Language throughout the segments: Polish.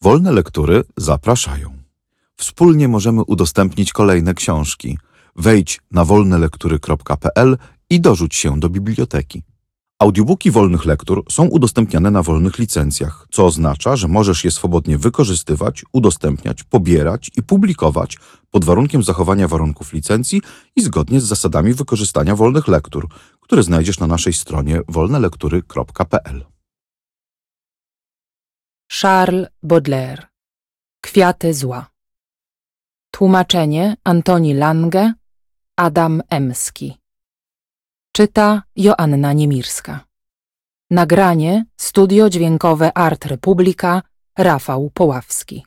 Wolne lektury zapraszają. Wspólnie możemy udostępnić kolejne książki. Wejdź na wolnelektury.pl i dorzuć się do biblioteki. Audiobooki wolnych lektur są udostępniane na wolnych licencjach, co oznacza, że możesz je swobodnie wykorzystywać, udostępniać, pobierać i publikować pod warunkiem zachowania warunków licencji i zgodnie z zasadami wykorzystania wolnych lektur, które znajdziesz na naszej stronie wolnelektury.pl. Charles Baudelaire. Kwiaty zła. Tłumaczenie Antoni Lange, Adam Emski. Czyta Joanna Niemirska. Nagranie Studio Dźwiękowe Art Republika, Rafał Poławski.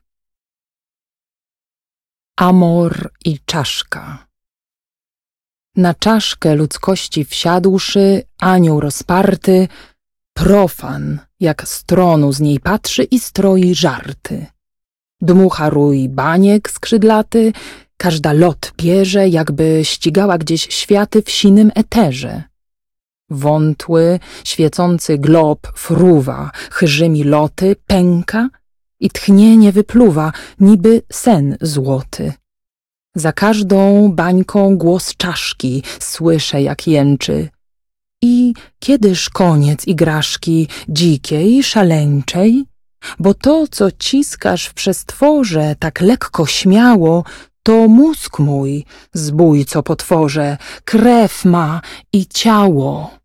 Amor i czaszka. Na czaszkę ludzkości wsiadłszy, anioł rozparty, profan, jak z tronu z niej patrzy i stroi żarty. Dmucha rój baniek skrzydlaty, każda lot bierze, jakby ścigała gdzieś światy w sinym eterze. Wątły, świecący glob fruwa, chyżymi loty, pęka i tchnienie wypluwa, niby sen złoty. Za każdą bańką głos czaszki słyszę, jak jęczy. I kiedyż koniec igraszki dzikiej, szaleńczej? Bo to, co ciskasz w przestworze tak lekko śmiało, to mózg mój, zbójco potworze, krew ma i ciało.